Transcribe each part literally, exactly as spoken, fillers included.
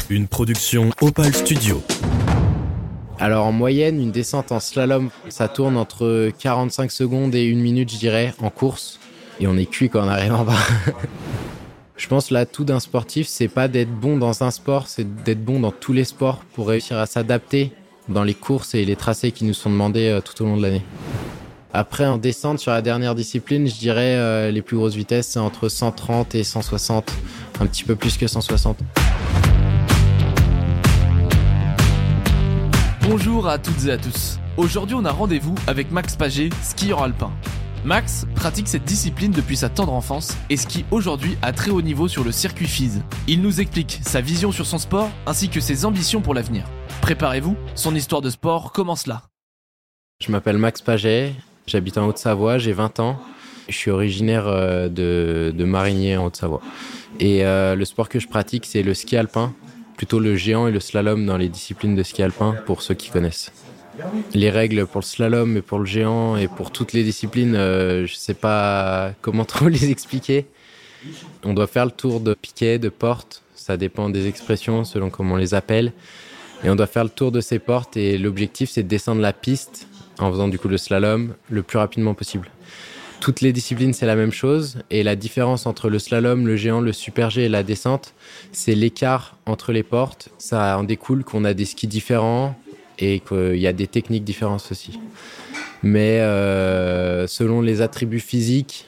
Une production Opal Studio. Alors en moyenne, une descente en slalom, ça tourne entre quarante-cinq secondes et une minute, je dirais, en course. Et on est cuit quand on arrive en bas. Je pense que l'atout d'un sportif, c'est pas d'être bon dans un sport, c'est d'être bon dans tous les sports pour réussir à s'adapter dans les courses et les tracés qui nous sont demandés tout au long de l'année. Après, en descente, sur la dernière discipline, je dirais euh, les plus grosses vitesses, c'est entre cent trente et cent soixante, un petit peu plus que cent soixante. Bonjour à toutes et à tous. Aujourd'hui, on a rendez-vous avec Max Paget, skieur alpin. Max pratique cette discipline depuis sa tendre enfance et skie aujourd'hui à très haut niveau sur le circuit F I S. Il nous explique sa vision sur son sport ainsi que ses ambitions pour l'avenir. Préparez-vous, son histoire de sport commence là. Je m'appelle Max Paget, j'habite en Haute-Savoie, j'ai vingt ans. Je suis originaire de, de Marigné en Haute-Savoie. Et euh, le sport que je pratique, c'est le ski alpin, plutôt le géant et le slalom dans les disciplines de ski alpin pour ceux qui connaissent. Les règles pour le slalom et pour le géant et pour toutes les disciplines, euh, je ne sais pas comment trop les expliquer. On doit faire le tour de piquet, de porte, ça dépend des expressions selon comment on les appelle. Et on doit faire le tour de ces portes et l'objectif c'est de descendre la piste en faisant du coup le slalom le plus rapidement possible. Toutes les disciplines c'est la même chose et la différence entre le slalom, le géant, le super G et la descente, c'est l'écart entre les portes. Ça en découle qu'on a des skis différents et qu'il y a des techniques différentes aussi. Mais euh, selon les attributs physiques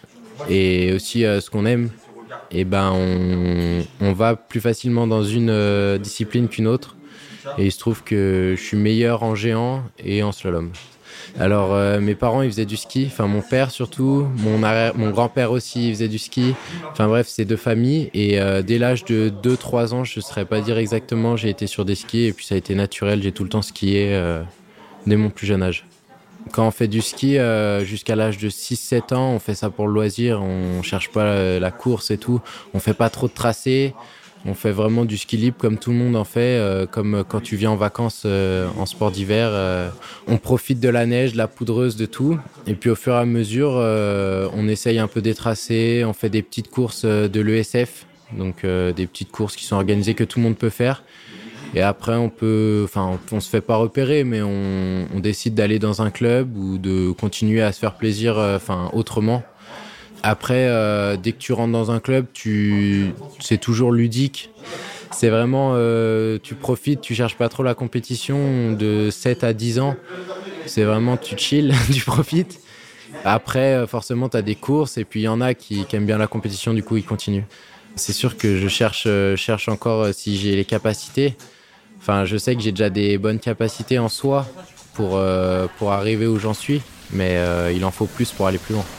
et aussi euh, ce qu'on aime, et ben on, on va plus facilement dans une euh, discipline qu'une autre. Et il se trouve que je suis meilleur en géant et en slalom. Alors euh, mes parents ils faisaient du ski, enfin mon père surtout, mon, arrière, mon grand-père aussi il faisait du ski. Enfin bref, c'est deux familles et euh, dès l'âge de deux trois ans, je ne saurais pas dire exactement, j'ai été sur des skis et puis ça a été naturel, j'ai tout le temps skié euh, dès mon plus jeune âge. Quand on fait du ski euh, jusqu'à l'âge de six sept ans, on fait ça pour le loisir, on cherche pas euh, la course et tout, on fait pas trop de tracés. On fait vraiment du ski libre comme tout le monde en fait, euh, comme quand tu viens en vacances euh, en sport d'hiver. Euh, on profite de la neige, de la poudreuse, de tout. Et puis au fur et à mesure, euh, on essaye un peu des tracés, on fait des petites courses de l'E S F, donc euh, des petites courses qui sont organisées que tout le monde peut faire. Et après, on peut, enfin, on, on se fait pas repérer, mais on, on décide d'aller dans un club ou de continuer à se faire plaisir, enfin, euh, autrement. Après, euh, dès que tu rentres dans un club, tu... c'est toujours ludique. C'est vraiment, euh, tu profites, tu cherches pas trop la compétition de sept à dix ans. C'est vraiment, tu chill, tu profites. Après, forcément, tu as des courses et puis il y en a qui, qui aiment bien la compétition, du coup, ils continuent. C'est sûr que je cherche, euh, cherche encore si j'ai les capacités. Enfin, je sais que j'ai déjà des bonnes capacités en soi pour, euh, pour arriver où j'en suis, mais euh, il en faut plus pour aller plus loin.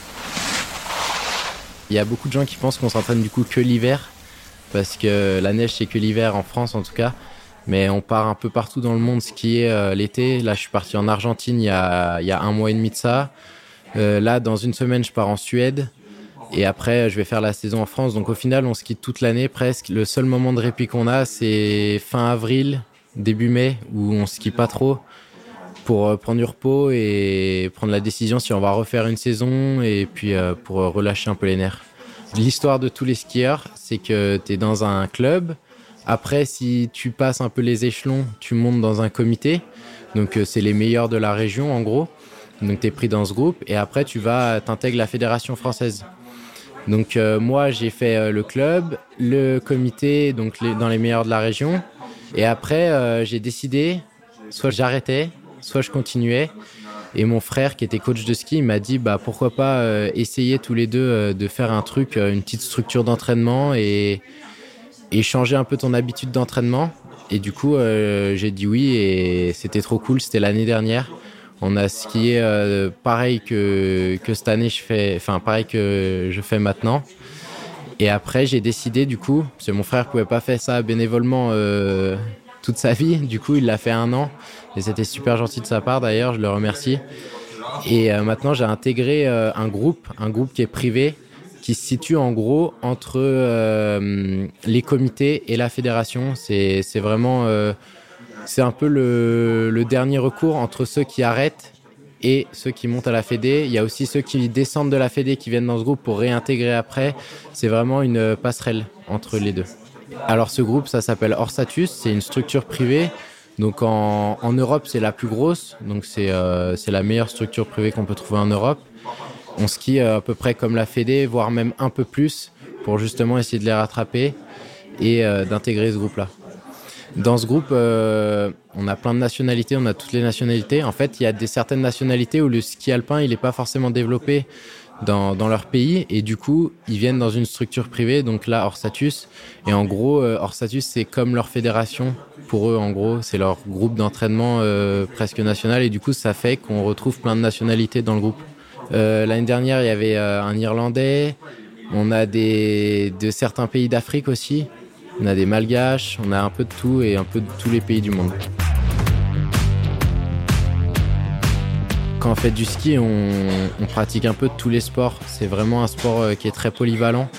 Il y a beaucoup de gens qui pensent qu'on s'entraîne du coup que l'hiver, parce que la neige c'est que l'hiver en France en tout cas, mais on part un peu partout dans le monde skier euh, l'été. Là je suis parti en Argentine il y a, il y a un mois et demi de ça. Euh, là dans une semaine je pars en Suède et après je vais faire la saison en France. Donc au final on skie toute l'année presque. Le seul moment de répit qu'on a c'est fin avril, début mai où on skie pas trop, pour prendre du repos et prendre la décision si on va refaire une saison et puis euh, pour relâcher un peu les nerfs. L'histoire de tous les skieurs, c'est que tu es dans un club. Après, si tu passes un peu les échelons, tu montes dans un comité. Donc, euh, c'est les meilleurs de la région, en gros. Donc, tu es pris dans ce groupe et après, tu vas t'intègres la fédération française. Donc, euh, moi, j'ai fait euh, le club, le comité, donc les, dans les meilleurs de la région. Et après, euh, j'ai décidé, soit j'arrêtais, soit je continuais. Et mon frère qui était coach de ski il m'a dit bah pourquoi pas euh, essayer tous les deux euh, de faire un truc, euh, une petite structure d'entraînement et, et changer un peu ton habitude d'entraînement. Et du coup euh, j'ai dit oui et c'était trop cool. C'était l'année dernière. On a skié euh, pareil que, que cette année je fais, enfin pareil que je fais maintenant. Et après j'ai décidé du coup, parce que mon frère pouvait pas faire ça bénévolement euh, toute sa vie, du coup il l'a fait un an. Et c'était super gentil de sa part d'ailleurs, je le remercie. Et euh, maintenant j'ai intégré euh, un groupe, un groupe qui est privé, qui se situe en gros entre euh, les comités et la fédération. C'est, c'est vraiment, euh, c'est un peu le, le dernier recours entre ceux qui arrêtent et ceux qui montent à la fédé. Il y a aussi ceux qui descendent de la fédé qui viennent dans ce groupe pour réintégrer après. C'est vraiment une passerelle entre les deux. Alors ce groupe, ça s'appelle Orsatus, c'est une structure privée. Donc en, en Europe, c'est la plus grosse, donc c'est, euh, c'est la meilleure structure privée qu'on peut trouver en Europe. On skie à peu près comme la Fédé, voire même un peu plus, pour justement essayer de les rattraper et euh, d'intégrer ce groupe-là. Dans ce groupe, euh, on a plein de nationalités, on a toutes les nationalités. En fait, il y a des certaines nationalités où le ski alpin, il n'est pas forcément développé dans, dans leur pays, et du coup, ils viennent dans une structure privée, donc là, Orsatus. Et en gros, euh, Orsatus, c'est comme leur fédération. Pour eux, en gros, c'est leur groupe d'entraînement euh, presque national, et du coup, ça fait qu'on retrouve plein de nationalités dans le groupe. Euh, l'année dernière, il y avait euh, un Irlandais, on a des, de certains pays d'Afrique aussi, on a des Malgaches, on a un peu de tout et un peu de tous les pays du monde. Quand on fait du ski, on, on pratique un peu de tous les sports. C'est vraiment un sport euh, qui est très polyvalent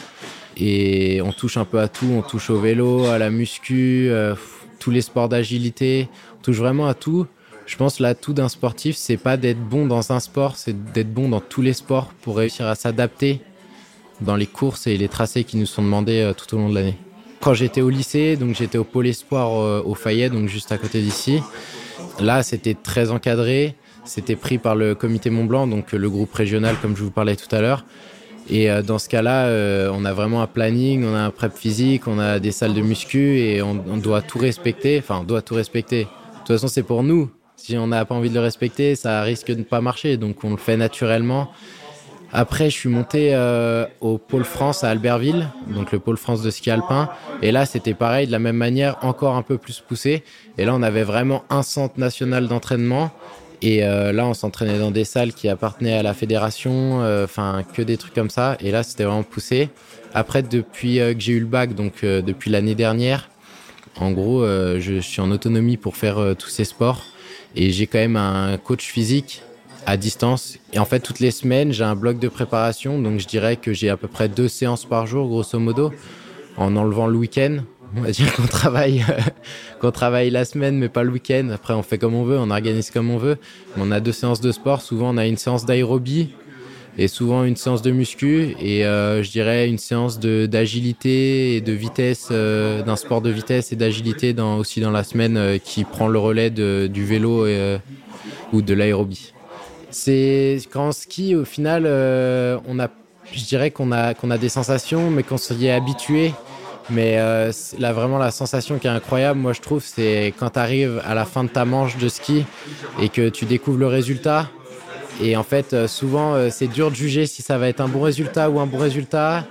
et on touche un peu à tout. On touche au vélo, à la muscu, euh, tous les sports d'agilité. On touche vraiment à tout. Je pense que l'atout d'un sportif, c'est pas d'être bon dans un sport, c'est d'être bon dans tous les sports pour réussir à s'adapter dans les courses et les tracés qui nous sont demandés tout au long de l'année. Quand j'étais au lycée, donc j'étais au pôle espoir au Fayet, donc juste à côté d'ici. Là, c'était très encadré, c'était pris par le comité Mont Blanc, donc le groupe régional comme je vous parlais tout à l'heure. Et dans ce cas-là, on a vraiment un planning, on a un prep physique, on a des salles de muscu et on, on doit tout respecter. Enfin, on doit tout respecter. De toute façon, c'est pour nous. Si on n'a pas envie de le respecter, ça risque de ne pas marcher. Donc, on le fait naturellement. Après, je suis monté euh, au Pôle France à Albertville, donc le Pôle France de ski alpin. Et là, c'était pareil, de la même manière, encore un peu plus poussé. Et là, on avait vraiment un centre national d'entraînement. Et euh, là, on s'entraînait dans des salles qui appartenaient à la fédération, enfin, euh, que des trucs comme ça. Et là, c'était vraiment poussé. Après, depuis euh, que j'ai eu le bac, donc euh, depuis l'année dernière, en gros, euh, je, je suis en autonomie pour faire euh, tous ces sports. Et j'ai quand même un coach physique à distance. Et en fait, toutes les semaines, j'ai un bloc de préparation. Donc, je dirais que j'ai à peu près deux séances par jour, grosso modo, en enlevant le week-end. On va dire qu'on travaille, qu'on travaille la semaine, mais pas le week-end. Après, on fait comme on veut, on organise comme on veut. On a deux séances de sport. Souvent, on a une séance d'aérobie et souvent une séance de muscu. Et euh, je dirais une séance de, d'agilité et de vitesse, euh, d'un sport de vitesse et d'agilité dans, aussi dans la semaine euh, qui prend le relais de, du vélo et, euh, ou de l'aérobie. C'est quand on skie, au final, euh, on a, je dirais qu'on a, qu'on a des sensations, mais qu'on s'y est habitué. Mais euh, là, vraiment, la sensation qui est incroyable, moi, je trouve, c'est quand tu arrives à la fin de ta manche de ski et que tu découvres le résultat. Et en fait, euh, souvent, euh, c'est dur de juger si ça va être un bon résultat ou un bon résultat.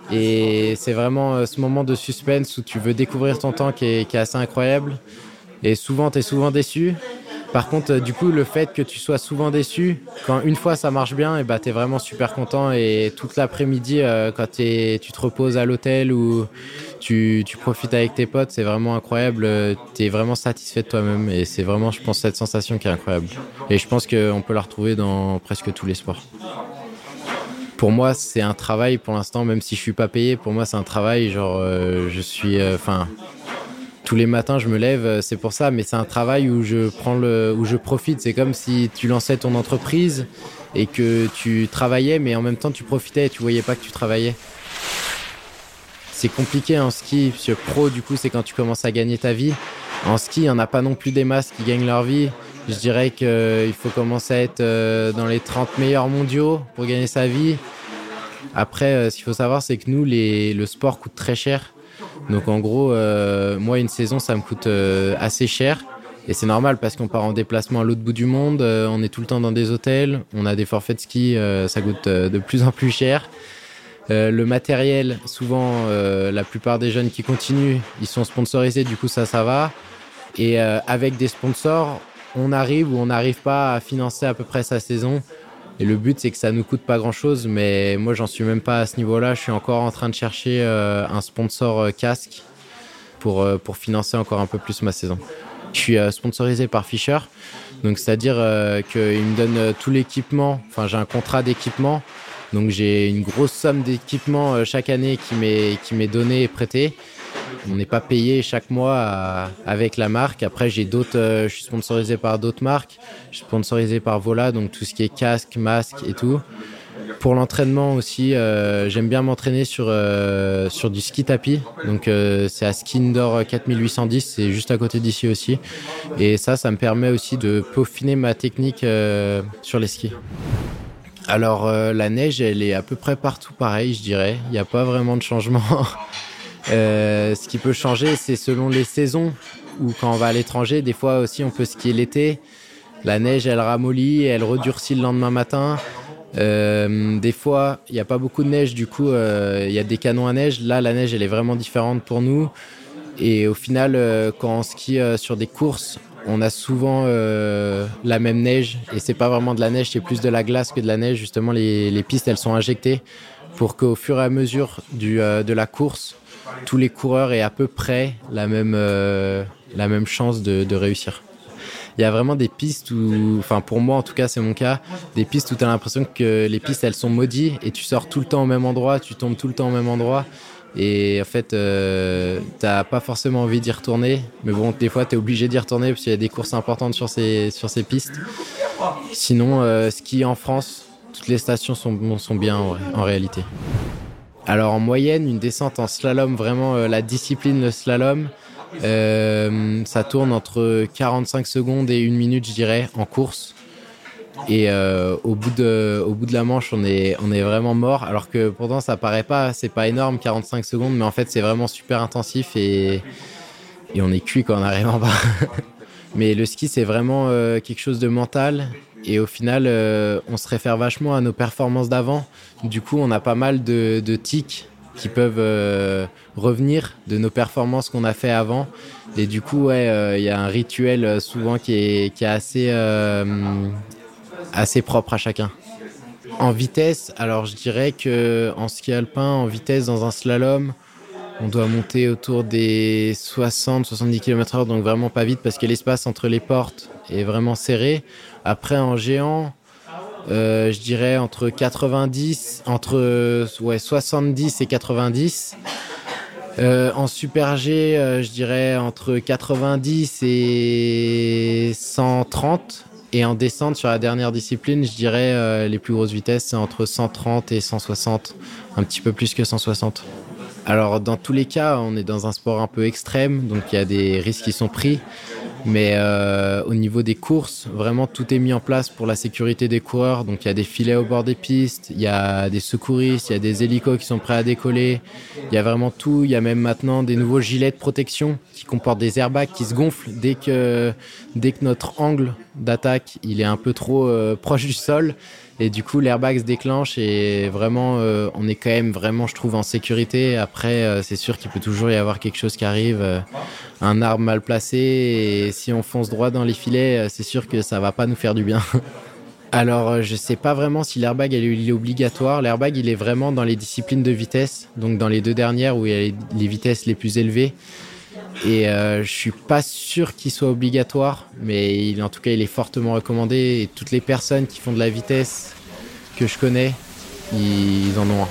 Et c'est vraiment euh, ce moment de suspense où tu veux découvrir ton temps qui est, qui est assez incroyable. Et souvent, tu es souvent déçu. Par contre, euh, du coup, le fait que tu sois souvent déçu, quand une fois ça marche bien, et bah, tu es vraiment super content. Et toute l'après-midi, euh, quand t'es, tu te reposes à l'hôtel ou tu, tu profites avec tes potes, c'est vraiment incroyable. Tu es vraiment satisfait de toi-même. Et c'est vraiment, je pense, cette sensation qui est incroyable. Et je pense qu'on peut la retrouver dans presque tous les sports. Pour moi, c'est un travail pour l'instant, même si je suis pas payé. Pour moi, c'est un travail. Genre, euh, je suis... Enfin... Euh, tous les matins, je me lève, c'est pour ça, mais c'est un travail où je prends le, où je profite. C'est comme si tu lançais ton entreprise et que tu travaillais, mais en même temps, tu profitais et tu voyais pas que tu travaillais. C'est compliqué en ski, parce que pro, du coup, c'est quand tu commences à gagner ta vie. En ski, il n'y en a pas non plus des masses qui gagnent leur vie. Je dirais qu'il faut commencer à être dans les trente meilleurs mondiaux pour gagner sa vie. Après, ce qu'il faut savoir, c'est que nous, les, le sport coûte très cher. Donc en gros, euh, moi une saison ça me coûte euh, assez cher et c'est normal parce qu'on part en déplacement à l'autre bout du monde, euh, on est tout le temps dans des hôtels, on a des forfaits de ski, euh, ça coûte euh, de plus en plus cher. Euh, le matériel, souvent euh, la plupart des jeunes qui continuent, ils sont sponsorisés, du coup ça ça va. Et euh, avec des sponsors, on arrive ou on n'arrive pas à financer à peu près sa saison. Et le but, c'est que ça nous coûte pas grand-chose, mais moi, j'en suis même pas à ce niveau-là. Je suis encore en train de chercher euh, un sponsor euh, casque pour, euh, pour financer encore un peu plus ma saison. Je suis euh, sponsorisé par Fischer, donc c'est-à-dire euh, qu'ils me donnent euh, tout l'équipement. Enfin, j'ai un contrat d'équipement, donc j'ai une grosse somme d'équipement euh, chaque année qui m'est, qui m'est donnée et prêtée. On n'est pas payé chaque mois à, avec la marque. Après, j'ai d'autres, euh, je suis sponsorisé par d'autres marques. Je suis sponsorisé par Vola, donc tout ce qui est casque, masque et tout. Pour l'entraînement aussi, euh, j'aime bien m'entraîner sur, euh, sur du ski tapis. Donc euh, c'est à Ski Indoor quatre mille huit cent dix, c'est juste à côté d'ici aussi. Et ça, ça me permet aussi de peaufiner ma technique euh, sur les skis. Alors euh, la neige, elle est à peu près partout pareil, je dirais. Il n'y a pas vraiment de changement. euh, ce qui peut changer, c'est selon les saisons. Ou quand on va à l'étranger, des fois aussi on peut skier l'été. La neige, elle ramollit, elle redurcit le lendemain matin. Euh, des fois, il n'y a pas beaucoup de neige, du coup, euh, il y a des canons à neige. Là, la neige, elle est vraiment différente pour nous. Et au final, euh, quand on skie euh, sur des courses, on a souvent euh, la même neige. Et c'est pas vraiment de la neige, c'est plus de la glace que de la neige. Justement, les, les pistes, elles sont injectées pour qu'au fur et à mesure du, euh, de la course, tous les coureurs aient à peu près la même, euh, la même chance de, de réussir. Il y a vraiment des pistes où, enfin pour moi en tout cas c'est mon cas, des pistes où tu as l'impression que les pistes elles sont maudites et tu sors tout le temps au même endroit, tu tombes tout le temps au même endroit et en fait euh, t'as pas forcément envie d'y retourner, mais bon des fois t'es obligé d'y retourner parce qu'il y a des courses importantes sur ces, sur ces pistes. Sinon euh, ski en France, toutes les stations sont, sont bien en, en réalité. Alors en moyenne une descente en slalom, vraiment euh, la discipline le slalom, Euh, ça tourne entre quarante-cinq secondes et une minute, je dirais, en course. Et euh, au bout de, au bout de la manche, on est, on est vraiment mort. Alors que pourtant, ça paraît pas, c'est pas énorme, quarante-cinq secondes, mais en fait, c'est vraiment super intensif et, et on est cuit quand on arrive en bas. Mais le ski, c'est vraiment euh, quelque chose de mental. Et au final, euh, on se réfère vachement à nos performances d'avant. Du coup, on a pas mal de, de tics qui peuvent euh, revenir de nos performances qu'on a fait avant. Et du coup, ouais, il euh, y a un rituel euh, souvent qui est, qui est assez, euh, assez propre à chacun. En vitesse, alors je dirais qu'en ski alpin, en vitesse dans un slalom, on doit monter autour des soixante à soixante-dix kilomètres heure, donc vraiment pas vite parce que l'espace entre les portes est vraiment serré. Après, en géant, Euh, je dirais entre quatre-vingt-dix, entre ouais, soixante-dix et quatre-vingt-dix. Euh, en super G, euh, je dirais entre quatre-vingt-dix et cent trente. Et en descente, sur la dernière discipline, je dirais euh, les plus grosses vitesses, c'est entre cent trente et cent soixante. Un petit peu plus que cent soixante. Alors, dans tous les cas, on est dans un sport un peu extrême, donc il y a des risques qui sont pris. Mais euh, au niveau des courses, vraiment tout est mis en place pour la sécurité des coureurs. Donc il y a des filets au bord des pistes, il y a des secouristes, il y a des hélicos qui sont prêts à décoller. Il y a vraiment tout. Il y a même maintenant des nouveaux gilets de protection qui comportent des airbags qui se gonflent dès que, dès que notre angle d'attaque il est un peu trop euh, proche du sol. Et du coup, l'airbag se déclenche et vraiment, euh, on est quand même vraiment, je trouve, en sécurité. Après, euh, c'est sûr qu'il peut toujours y avoir quelque chose qui arrive, euh, un arbre mal placé. Et si on fonce droit dans les filets, euh, c'est sûr que ça va pas nous faire du bien. Alors, euh, je sais pas vraiment si l'airbag il est, il est obligatoire. L'airbag, il est vraiment dans les disciplines de vitesse, donc dans les deux dernières où il y a les, les vitesses les plus élevées. Et euh, je suis pas sûr qu'il soit obligatoire, mais il, en tout cas il est fortement recommandé et toutes les personnes qui font de la vitesse que je connais, ils, ils en ont un.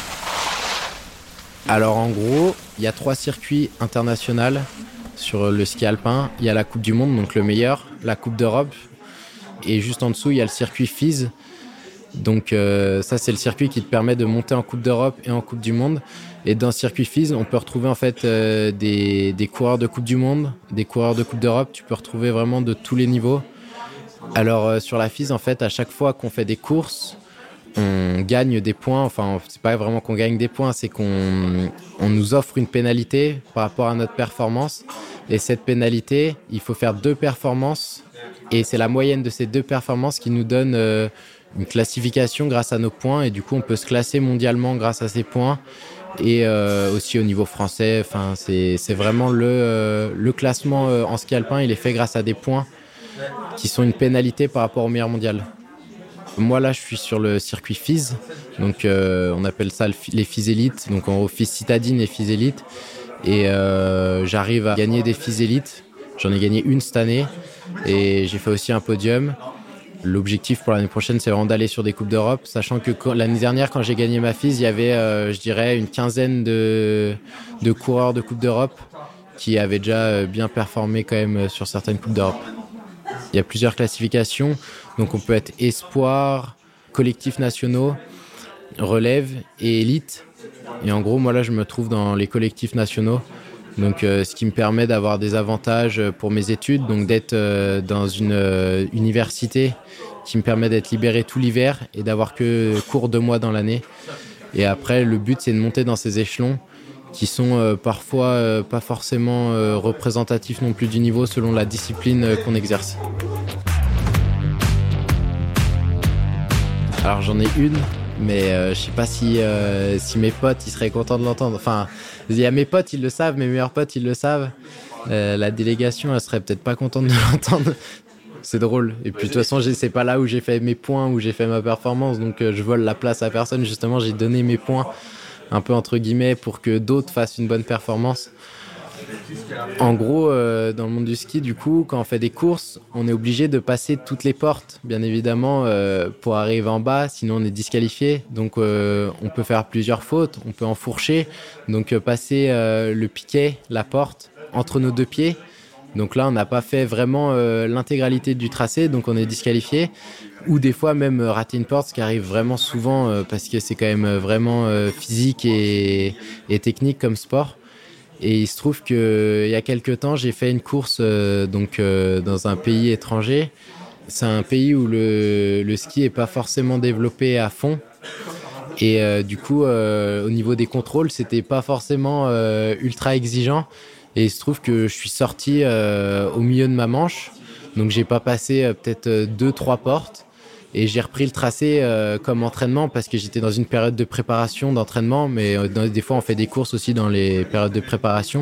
Alors en gros, il y a trois circuits internationaux sur le ski alpin. Il y a la Coupe du Monde, donc le meilleur, la Coupe d'Europe, et juste en dessous il y a le circuit F I S. Donc euh, ça c'est le circuit qui te permet de monter en Coupe d'Europe et en Coupe du Monde. Et dans ce circuit F I S, on peut retrouver en fait euh, des, des coureurs de Coupe du Monde, des coureurs de Coupe d'Europe. Tu peux retrouver vraiment de tous les niveaux. Alors euh, sur la F I S, en fait, à chaque fois qu'on fait des courses, on gagne des points. Enfin, c'est pas vraiment qu'on gagne des points, c'est qu'on on nous offre une pénalité par rapport à notre performance. Et cette pénalité, il faut faire deux performances. Et c'est la moyenne de ces deux performances qui nous donne euh, une classification grâce à nos points. Et du coup, on peut se classer mondialement grâce à ces points. Et euh, aussi au niveau français, enfin, c'est, c'est vraiment le, euh, le classement euh, en ski alpin, il est fait grâce à des points qui sont une pénalité par rapport au meilleur mondial. Moi là je suis sur le circuit F I S, donc euh, on appelle ça le, les F I S Elite, donc en F I S citadine et F I S Elite. Et euh, j'arrive à gagner des F I S Elite, j'en ai gagné une cette année et j'ai fait aussi un podium. L'objectif pour l'année prochaine, c'est vraiment d'aller sur des Coupes d'Europe, sachant que quand, l'année dernière, quand j'ai gagné ma F I S, il y avait, euh, je dirais, une quinzaine de, de coureurs de Coupes d'Europe qui avaient déjà bien performé quand même sur certaines Coupes d'Europe. Il y a plusieurs classifications, donc on peut être espoir, collectifs nationaux. relève et élite. Et en gros, moi là, je me trouve dans les collectifs nationaux. Donc, euh, ce qui me permet d'avoir des avantages pour mes études, donc d'être euh, dans une euh, université qui me permet d'être libéré tout l'hiver et d'avoir que cours deux mois dans l'année. Et après, le but, c'est de monter dans ces échelons qui sont euh, parfois euh, pas forcément euh, représentatifs non plus du niveau selon la discipline euh, qu'on exerce. Alors, j'en ai une, mais euh, je sais pas si, euh, si mes potes ils seraient contents de l'entendre. Enfin, il y a mes potes, ils le savent, mes meilleurs potes, ils le savent. Euh, la délégation, elle serait peut-être pas contente de l'entendre. C'est drôle. Et puis de toute façon, c'est pas là où j'ai fait mes points, où j'ai fait ma performance. Donc euh, je vole la place à personne. Justement, j'ai donné mes points, un peu entre guillemets, pour que d'autres fassent une bonne performance. En gros, euh, dans le monde du ski, du coup, quand on fait des courses, on est obligé de passer toutes les portes, bien évidemment, euh, pour arriver en bas. Sinon, on est disqualifié. Donc, euh, on peut faire plusieurs fautes. On peut enfourcher. Donc, euh, passer euh, le piquet, la porte, entre nos deux pieds. Donc là, on n'a pas fait vraiment euh, l'intégralité du tracé, donc on est disqualifié. Ou des fois même euh, rater une porte, ce qui arrive vraiment souvent euh, parce que c'est quand même euh, vraiment euh, physique et, et technique comme sport. Et il se trouve qu'il y a quelques temps, j'ai fait une course euh, donc, euh, dans un pays étranger. C'est un pays où le, le ski n'est pas forcément développé à fond. Et euh, du coup, euh, au niveau des contrôles, c'était pas forcément euh, ultra exigeant. Et il se trouve que je suis sorti euh, au milieu de ma manche. Donc, j'ai pas passé euh, peut-être euh, deux, trois portes. Et j'ai repris le tracé euh, comme entraînement parce que j'étais dans une période de préparation, d'entraînement. Mais euh, dans, des fois, on fait des courses aussi dans les périodes de préparation.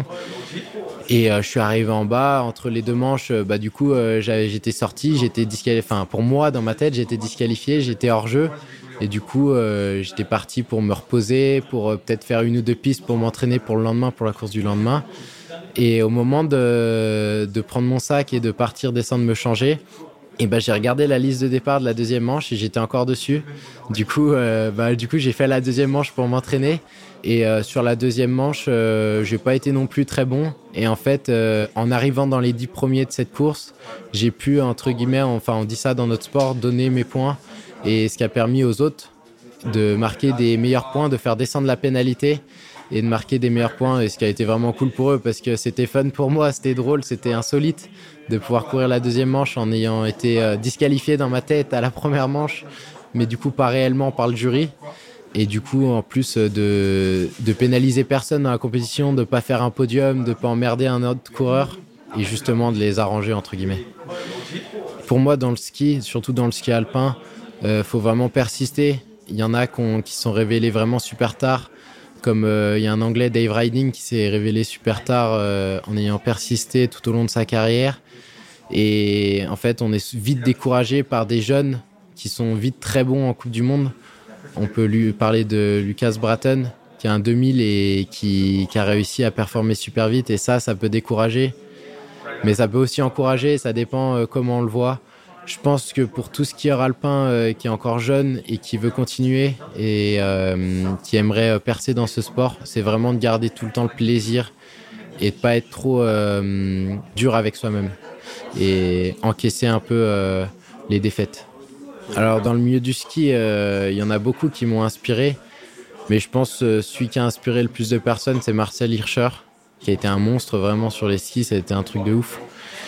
Et euh, je suis arrivé en bas, entre les deux manches. Euh, bah, du coup, euh, j'avais, j'étais sorti, j'étais disqualifié. Enfin, pour moi, dans ma tête, j'étais disqualifié, j'étais hors jeu. Et du coup, euh, j'étais parti pour me reposer, pour euh, peut-être faire une ou deux pistes pour m'entraîner pour le lendemain, pour la course du lendemain. Et au moment de, de prendre mon sac et de partir descendre me changer, et ben j'ai regardé la liste de départ de la deuxième manche et j'étais encore dessus. Du coup, euh, bah, du coup j'ai fait la deuxième manche pour m'entraîner. Et euh, sur la deuxième manche, euh, j'ai pas été non plus très bon. Et en fait, euh, en arrivant dans les dix premiers de cette course, j'ai pu, entre guillemets, enfin on dit ça dans notre sport, donner mes points. Et ce qui a permis aux autres de marquer des meilleurs points, de faire descendre la pénalité et de marquer des meilleurs points. Et ce qui a été vraiment cool pour eux parce que c'était fun pour moi, c'était drôle, c'était insolite de pouvoir courir la deuxième manche en ayant été euh, disqualifié dans ma tête à la première manche, mais du coup pas réellement par le jury. Et du coup, en plus de, de pénaliser personne dans la compétition, de pas faire un podium, de pas emmerder un autre coureur et justement de les arranger entre guillemets. Pour moi, dans le ski, surtout dans le ski alpin, euh, faut vraiment persister. Il y en a qui sont révélés vraiment super tard. Comme euh, il y a un Anglais, Dave Riding, qui s'est révélé super tard euh, en ayant persisté tout au long de sa carrière. Et en fait, on est vite découragé par des jeunes qui sont vite très bons en Coupe du Monde. On peut lui parler de Lucas Bratton, qui a un deux mille et qui, qui a réussi à performer super vite. Et ça, ça peut décourager. Mais ça peut aussi encourager, ça dépend euh, comment on le voit. Je pense que pour tout skieur alpin euh, qui est encore jeune et qui veut continuer et euh, qui aimerait euh, percer dans ce sport, c'est vraiment de garder tout le temps le plaisir et de pas être trop euh, dur avec soi-même et encaisser un peu euh, les défaites. Alors dans le milieu du ski, il euh, y en a beaucoup qui m'ont inspiré, mais je pense que celui qui a inspiré le plus de personnes, c'est Marcel Hirscher, qui a été un monstre vraiment sur les skis, ça a été un truc de ouf.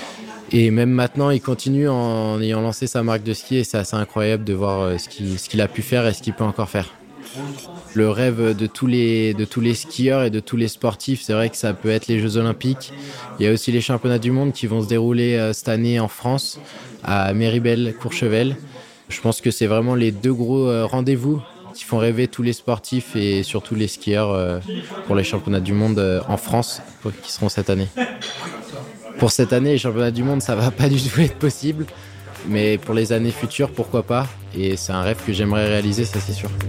Et même maintenant, il continue en ayant lancé sa marque de ski et c'est assez incroyable de voir ce qu'il, ce qu'il a pu faire et ce qu'il peut encore faire. Le rêve de tous les, de tous les skieurs et de tous les sportifs, c'est vrai que ça peut être les Jeux Olympiques. Il y a aussi les championnats du monde qui vont se dérouler cette année en France, à Méribel-Courchevel. Je pense que c'est vraiment les deux gros rendez-vous qui font rêver tous les sportifs et surtout les skieurs pour les championnats du monde en France qui seront cette année. Pour cette année, les championnats du monde, ça va pas du tout être possible. Mais pour les années futures, pourquoi pas ? Et c'est un rêve que j'aimerais réaliser, ça c'est sûr.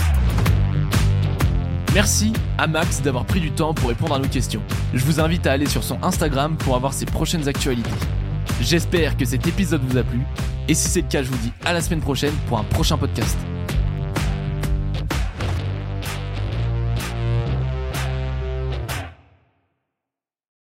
Merci à Max d'avoir pris du temps pour répondre à nos questions. Je vous invite à aller sur son Instagram pour avoir ses prochaines actualités. J'espère que cet épisode vous a plu. Et si c'est le cas, je vous dis à la semaine prochaine pour un prochain podcast.